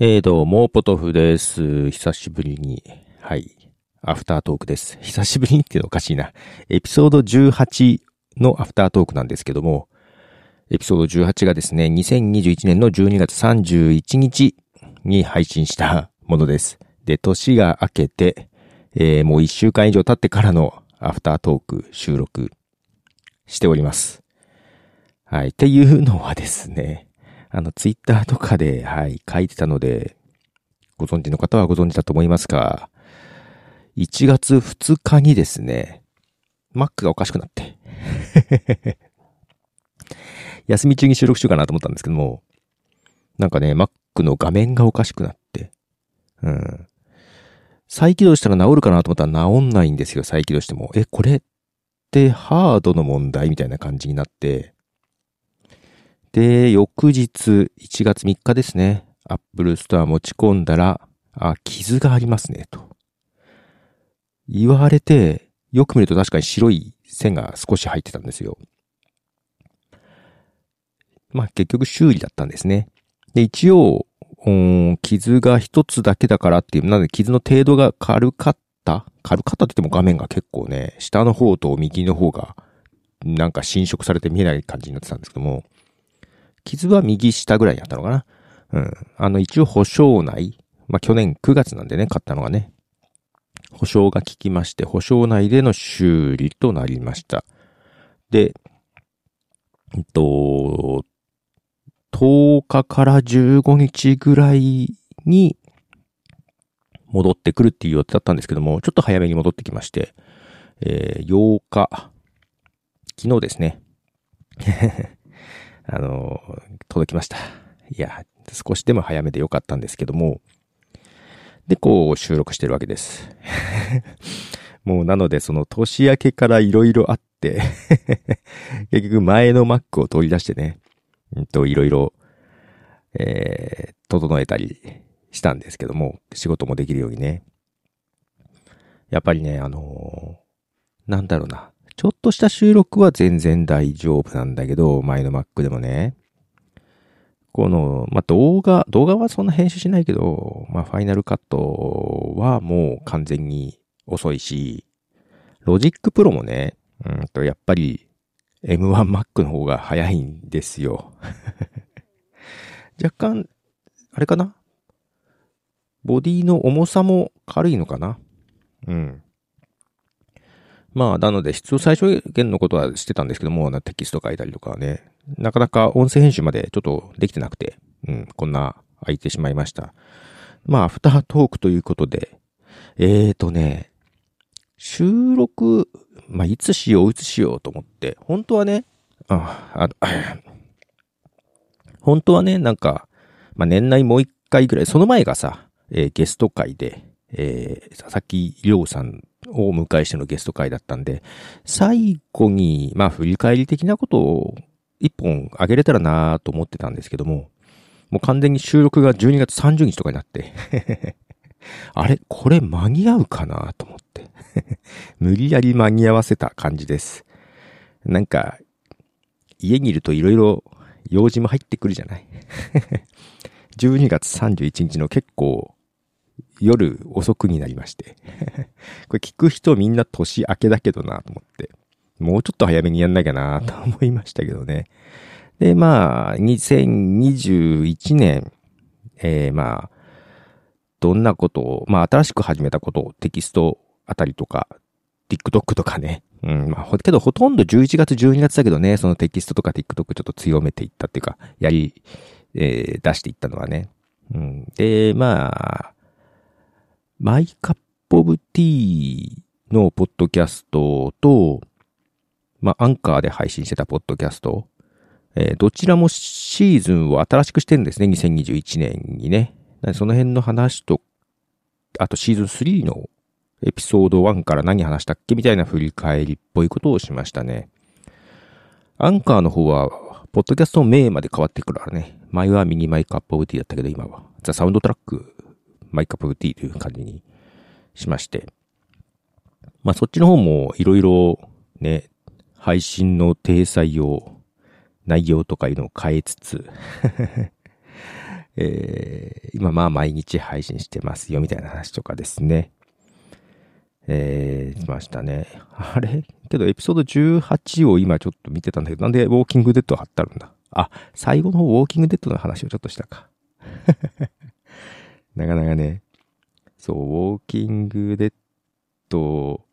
どうも、ポトフです。久しぶりに、アフタートークです。久しぶりにっていうのおかしいな。エピソード18のアフタートークなんですけども、エピソード18がですね、2021年の12月31日に配信したものです。で、年が明けて、もう1週間以上経ってからのアフタートーク収録しております。はい。っていうのはですね、ツイッターとかで、書いてたので、ご存知の方はご存知だと思いますが、1月2日にですね、Mac がおかしくなって、休み中に収録しようかなと思ったんですけども、なんかね、Mac の画面がおかしくなって、再起動したら治るかなと思ったら治んないんですよ、再起動しても。これってハードの問題みたいな感じになって、で、翌日、1月3日ですね。Apple Store 持ち込んだら、傷がありますね、と。言われて、よく見ると確かに白い線が少し入ってたんですよ。結局修理だったんですね。で、一応、傷が一つだけだからっていう、なので傷の程度が軽かったって言っても画面が結構ね、下の方と右の方が、なんか侵食されて見えない感じになってたんですけども、傷は右下ぐらいにあったのかな。一応保証内。去年9月なんでね、買ったのがね。保証が効きまして、保証内での修理となりました。で、10日から15日ぐらいに戻ってくるっていう予定だったんですけども、ちょっと早めに戻ってきまして、8日、昨日ですね。届きました。いや、少しでも早めでよかったんですけども、で、収録してるわけです。もうなので、その年明けからいろいろあって結局前の Mac を取り出してね、いろいろ、整えたりしたんですけども、仕事もできるようにね。やっぱりね、なんだろうな。ちょっとした収録は全然大丈夫なんだけど、前の Mac でもね。動画はそんな編集しないけど、ファイナルカットはもう完全に遅いし、ロジックプロもね、やっぱり M1Mac の方が早いんですよ。若干、あれかな？ボディの重さも軽いのかな？なので必要最小限のことはしてたんですけども、テキスト書いたりとかね、なかなか音声編集までちょっとできてなくて、こんな空いてしまいました。アフタートークということで、収録、いつしようと思って、本当はね、年内もう一回ぐらい、その前がさ、ゲスト会で、佐々木亮さんをお迎えしてのゲスト会だったんで、最後に、振り返り的なことを一本あげれたらなと思ってたんですけども、もう完全に収録が12月30日とかになってあれこれ間に合うかなと思って無理やり間に合わせた感じです。なんか、家にいるといろいろ用事も入ってくるじゃない12月31日の結構夜遅くになりましてこれ聞く人みんな年明けだけどなと思って、もうちょっと早めにやんなきゃなと思いましたけどね。で、2021年、どんなことを、新しく始めたことをテキストあたりとか、TikTok とかね。けどほとんど11月、12月だけどね、そのテキストとか TikTok ちょっと強めていったっていうか、出していったのはね。で、マイカップオブティーのポッドキャストと、アンカーで配信してたポッドキャスト、どちらもシーズンを新しくしてるんですね、2021年にね。その辺の話と、あとシーズン3のエピソード1から何話したっけみたいな振り返りっぽいことをしましたね。アンカーの方は、ポッドキャストの名まで変わってくるからね。前はミニマイクアップオブティーだったけど、今はザ・サウンドトラックマイクアップオブティーという感じにしまして。そっちの方もいろいろね、配信の体裁を、内容とかいうのを変えつつ今毎日配信してますよみたいな話とかですね。しましたね。あれけどエピソード18を今ちょっと見てたんだけど、なんでウォーキングデッド貼ってあるんだ？最後の方ウォーキングデッドの話をちょっとしたか。なかなかね、そう、ウォーキングデッド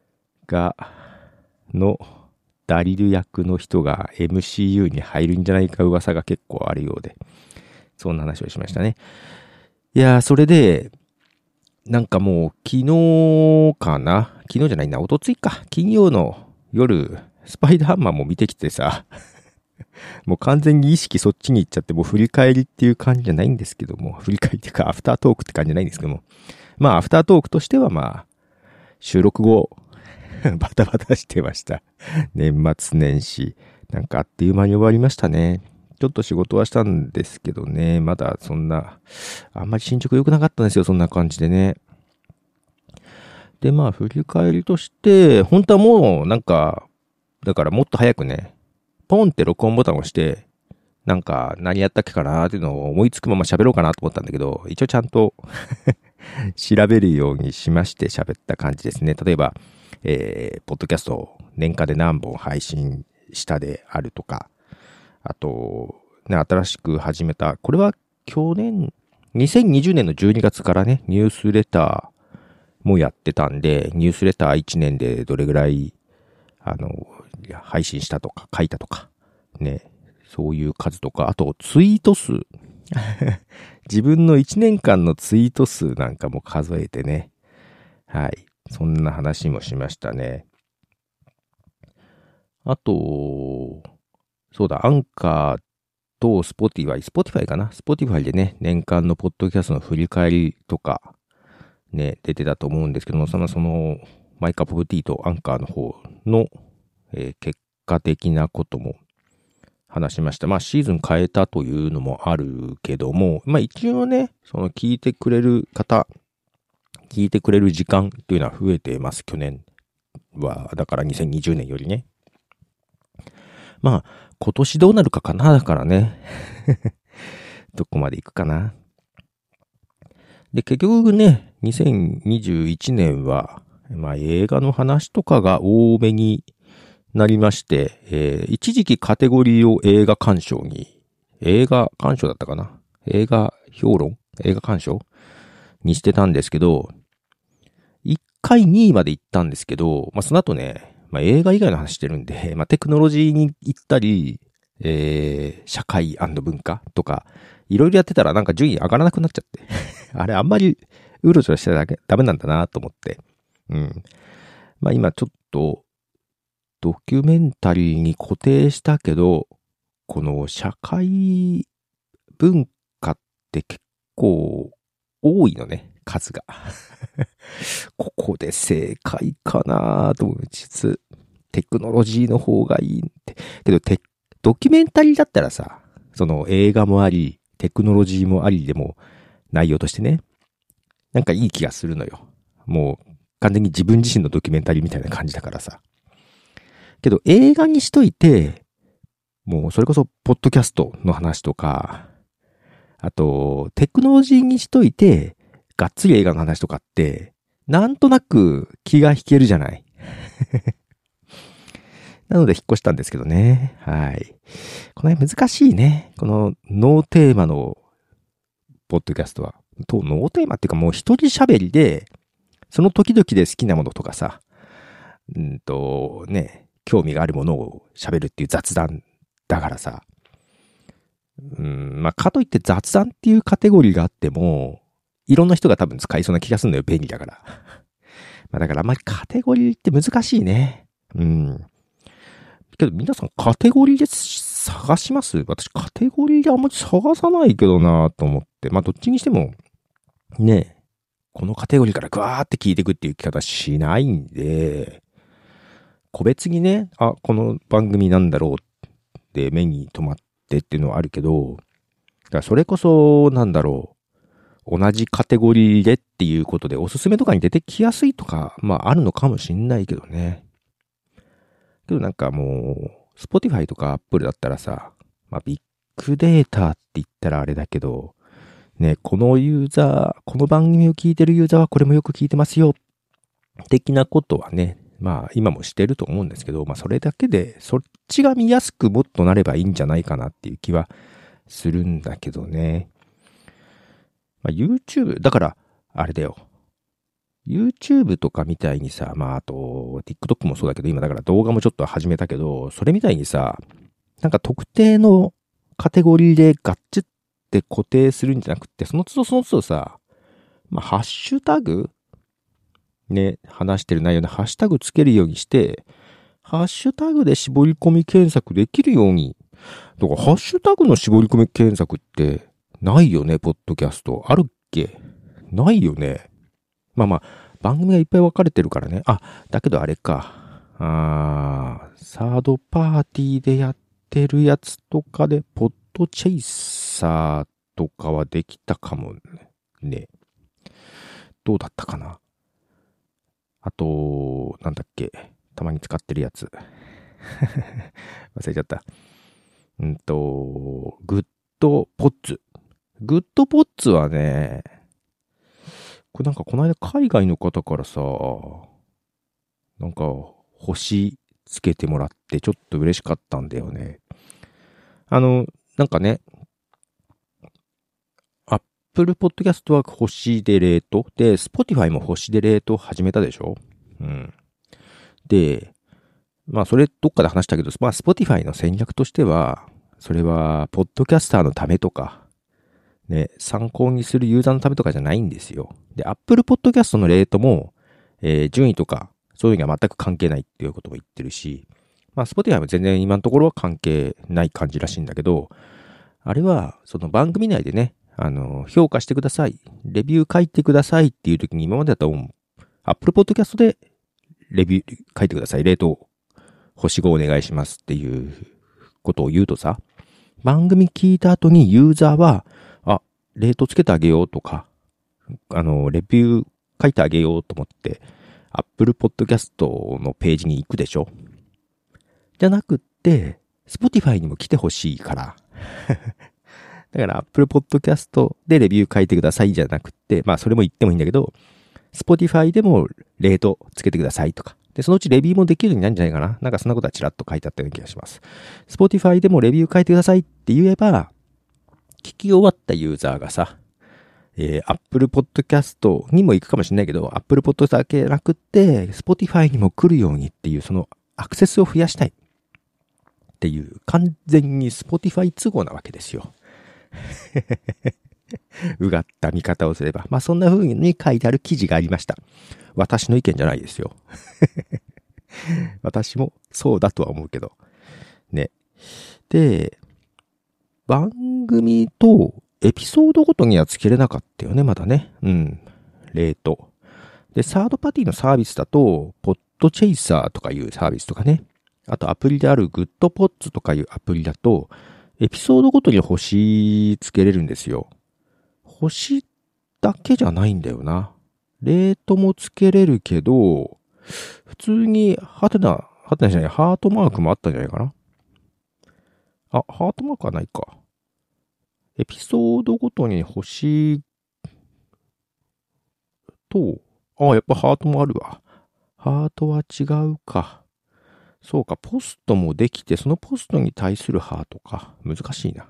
のダリル役の人が MCU に入るんじゃないか噂が結構あるようで、そんな話をしましたね。いやー、それで、なんかもう昨日じゃないな、一昨日か。金曜の夜、スパイダーマンも見てきてさ、もう完全に意識そっちに行っちゃって、もう振り返りっていう感じじゃないんですけども、振り返りっていうかアフタートークって感じじゃないんですけども、アフタートークとしては収録後、バタバタしてました。年末年始。なんかあっという間に終わりましたね。ちょっと仕事はしたんですけどね、まだそんな、あんまり進捗良くなかったんですよ、そんな感じでね。で、振り返りとして、本当はもう、だからもっと早くね、ポンって録音ボタンを押して、何やったっけかなーっていうのを思いつくまま喋ろうかなと思ったんだけど、一応ちゃんと調べるようにしまして喋った感じですね。例えば、ポッドキャストを年間で何本配信したであるとか、あと、ね、新しく始めた、これは2020年の12月からね、ニュースレターもやってたんで、ニュースレター1年でどれぐらい、配信したとか、書いたとか、ね、そういう数とか、あとツイート数。自分の1年間のツイート数なんかも数えてね。はい。そんな話もしましたね。あと、そうだ、アンカーとスポティファイかな。スポティファイでね、年間のポッドキャストの振り返りとか、ね、出てたと思うんですけども、その、マイカップオブティーとアンカーの方の、結果的なことも話しました。シーズン変えたというのもあるけども、一応ね、その聞いてくれる方、聞いてくれる時間というのは増えています。去年は、だから2020年よりね。今年どうなるかかな、だからね。どこまで行くかな。で、結局ね、2021年は、映画の話とかが多めになりまして、一時期カテゴリーを映画鑑賞だったかな、映画評論映画鑑賞にしてたんですけど、1回2位まで行ったんですけど、その後ね、映画以外の話してるんで、テクノロジーに行ったり、社会&文化とか、いろいろやってたら順位上がらなくなっちゃって。あれあんまりうろちょろしてただけダメなんだなと思って。うん。今ちょっとドキュメンタリーに固定したけど、この社会文化って結構多いのね、数が。ここで正解かなと思う。実、テクノロジーの方がいいって。けど、ドキュメンタリーだったらさ、その映画もあり、テクノロジーもありでも、内容としてね、いい気がするのよ。もう、完全に自分自身のドキュメンタリーみたいな感じだからさ。けど、映画にしといて、もう、それこそ、ポッドキャストの話とか、あと、テクノロジーにしといて、がっつり映画の話とかって、なんとなく気が引けるじゃない。なので引っ越したんですけどね。はい。この辺難しいね。このノーテーマのポッドキャストは。ノーテーマっていうかもう一人喋りで、その時々で好きなものとかさ、興味があるものを喋るっていう雑談だからさ。かといって雑談っていうカテゴリーがあっても、いろんな人が多分使いそうな気がするんだよ、便利だから。だからあんまりカテゴリーって難しいね。けど皆さんカテゴリーで探します？私カテゴリーであんまり探さないけどなと思って。どっちにしても、ね、このカテゴリーからグワーって聞いていくっていう聞き方しないんで、個別にね、この番組なんだろうって目に留まってっていうのはあるけど、だからそれこそ、同じカテゴリーでっていうことでおすすめとかに出てきやすいとか、あるのかもしんないけどね。けどもう、Spotify とか Apple だったらさ、ビッグデータって言ったらあれだけど、 ね、このユーザー、この番組を聞いてるユーザーはこれもよく聞いてますよ。的なことはね、まあ今もしてると思うんですけど、まあそれだけで、そっちが見やすくもっとなればいいんじゃないかなっていう気はするんだけどね。まあ、YouTube、だから、あれだよ。YouTube とかみたいにさ、まああと TikTok もそうだけど、今だから動画もちょっと始めたけど、それみたいにさ、なんか特定のカテゴリーでガッチって固定するんじゃなくて、その都度その都度さ、まあハッシュタグね、話してる内容でハッシュタグつけるようにして、ハッシュタグで絞り込み検索できるように。だからハッシュタグの絞り込み検索ってないよね、ポッドキャスト。あるっけ？ないよね。まあまあ、番組がいっぱい分かれてるからね。あ、だけどあれか。サードパーティーでやってるやつとかで、ポッドチェイサーとかはできたかもね。どうだったかな。あと、なんだっけ。たまに使ってるやつ。忘れちゃった。グッドポッツ。グッドポッツはね、これなんかこの間海外の方からさ、なんか星つけてもらってちょっと嬉しかったんだよね。なんかね、Apple Podcast は星でレートで、Spotify も星でレート始めたでしょ？うん。で、まあそれどっかで話したけど、まあ Spotify の戦略としては、それは、ポッドキャスターのためとか、ね、参考にするユーザーのためとかじゃないんですよ。で、Apple Podcast のレートも、順位とか、そういうのは全く関係ないっていうことも言ってるし、まあ、Spotify も全然今のところは関係ない感じらしいんだけど、あれは、その番組内でね、評価してください、レビュー書いてくださいっていう時に今までだと、Apple Podcast でレビュー書いてください、レート星5お願いしますっていうことを言うとさ、番組聞いた後にユーザーは、レートつけてあげようとか、レビュー書いてあげようと思って、Apple Podcast のページに行くでしょ？じゃなくって、Spotify にも来てほしいから。だから Apple Podcast でレビュー書いてくださいじゃなくって、まあそれも言ってもいいんだけど、Spotify でもレートつけてくださいとか。で、そのうちレビューもできるようになるんじゃないかな。なんかそんなことはちらっと書いてあったような気がします。Spotify でもレビュー書いてくださいって言えば、聞き終わったユーザーがさ、Apple Podcast にも行くかもしれないけど、Apple Podcast だけなくって、Spotify にも来るようにっていう、そのアクセスを増やしたいっていう、完全に Spotify 都合なわけですよ。うがった見方をすれば。まあそんな風に書いてある記事がありました。私の意見じゃないですよ。私もそうだとは思うけど。ね。で、番組とエピソードごとにはつけれなかったよね、まだね。うん。レート。で、サードパーティーのサービスだと、ポッドチェイサーとかいうサービスとかね。あとアプリであるグッドポッツとかいうアプリだと、エピソードごとに星つけれるんですよ。星だけじゃないんだよな。レートもつけれるけど、普通にハテナじゃない、ハートマークもあったんじゃないかな。ハートマークはないか。エピソードごとに星と、やっぱハートもあるわ。ハートは違うか。そうか、ポストもできて、そのポストに対するハートか。難しいな。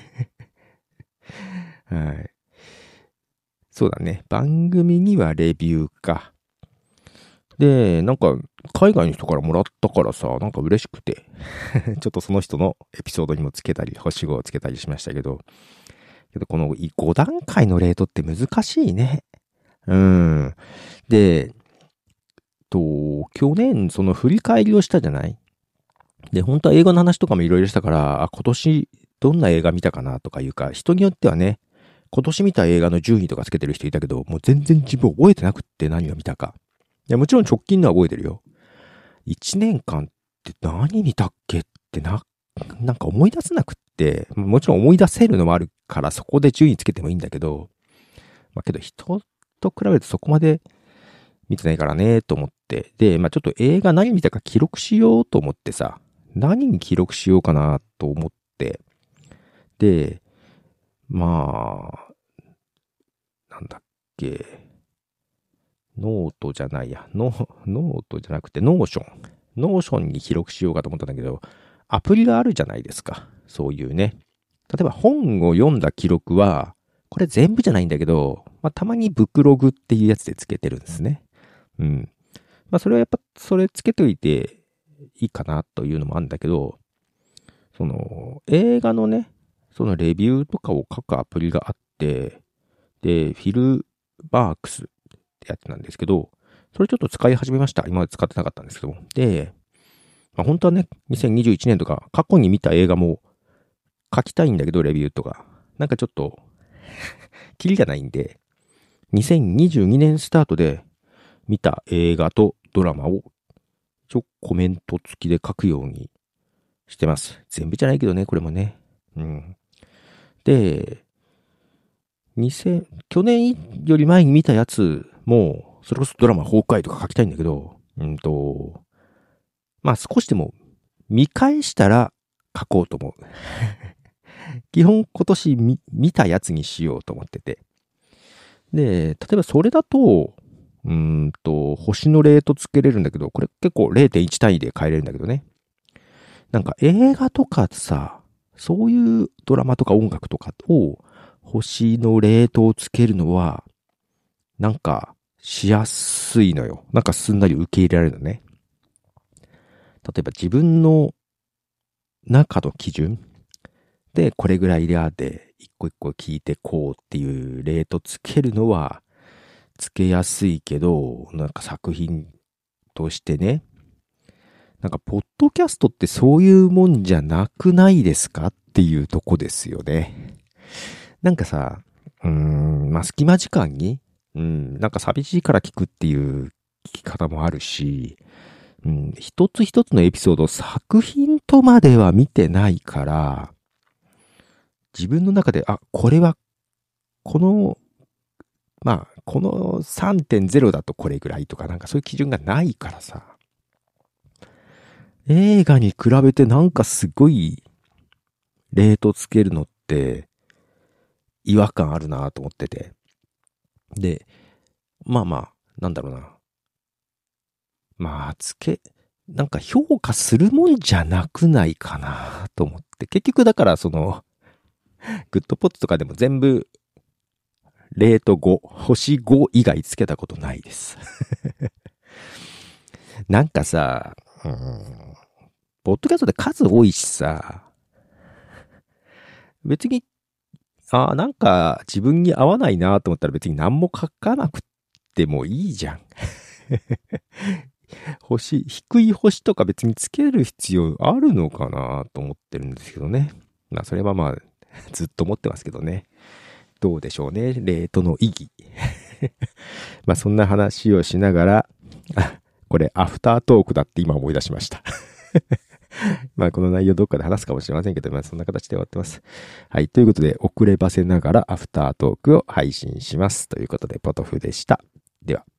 はい。そうだね。番組にはレビューか。で、なんか、海外の人からもらったからさ、なんか嬉しくて。ちょっとその人のエピソードにもつけたり、星5をつけたりしましたけど、この5段階のレートって難しいね。うん。で、去年その振り返りをしたじゃない？で、本当は映画の話とかもいろいろしたから、今年どんな映画見たかなとかいうか、人によってはね、今年見た映画の順位とかつけてる人いたけど、もう全然自分覚えてなくって何を見たか。いや、もちろん直近のは覚えてるよ。1年間って何見たっけってなんか思い出せなくって、もちろん思い出せるのもあるからそこで順位つけてもいいんだけど、まあけど人と比べるとそこまで見てないからねと思って。で、まあちょっと映画何見たか記録しようと思ってさ、何に記録しようかなと思って。で、まあ、 なんだっけ。ノートじゃないや。ノートじゃなくてノーション。ノーションに記録しようかと思ったんだけど、アプリがあるじゃないですか。そういうね。例えば本を読んだ記録は、これ全部じゃないんだけど、たまにブックログっていうやつでつけてるんですね。うん。それはやっぱ、それつけといていいかなというのもあるんだけど、映画のね、そのレビューとかを書くアプリがあって、で、フィルバークスってやつなんですけど、それちょっと使い始めました。今まで使ってなかったんですけども。で、本当はね、2021年とか過去に見た映画も書きたいんだけど、レビューとか。なんかちょっと、キリがないんで、2022年スタートで見た映画とドラマを一応コメント付きで書くようにしてます。全部じゃないけどね、これもね。うん。で、去年より前に見たやつも、それこそドラマ崩壊とか書きたいんだけど、少しでも見返したら書こうと思う。基本今年見たやつにしようと思ってて。で、例えばそれだと、星のレートつけれるんだけど、これ結構 0.1 単位で変えれるんだけどね。なんか映画とかさ、そういうドラマとか音楽とかを星のレートをつけるのは、なんかしやすいのよ。なんかすんなり受け入れられるのね。例えば自分の中の基準でこれぐらいであって一個一個聞いてこうっていうレートつけるのはつけやすいけど、なんか作品としてね、なんかポッドキャストってそういうもんじゃなくないですかっていうとこですよね。なんかさ、隙間時間に、なんか寂しいから聞くっていう聞き方もあるし、一つ一つのエピソード作品とまでは見てないから、自分の中で、これは、この 3.0 だとこれぐらいとか、なんかそういう基準がないからさ、映画に比べてなんかすごい、レートつけるのって、違和感あるなと思ってて。で、なんだろうな。なんか評価するもんじゃなくないかなと思って。結局だからグッドポットとかでも全部、レート5、星5以外つけたことないです。なんかさ、ポッドキャストで数多いしさ、別に、なんか自分に合わないなと思ったら別に何も書かなくてもいいじゃん。低い星とか別につける必要あるのかなと思ってるんですけどね。それはずっと思ってますけどね。どうでしょうね。レートの意義。そんな話をしながら、これアフタートークだって今思い出しました。この内容どっかで話すかもしれませんけど、そんな形で終わってます。はい。ということで、遅ればせながらアフタートークを配信します。ということで、ポトフでした。では。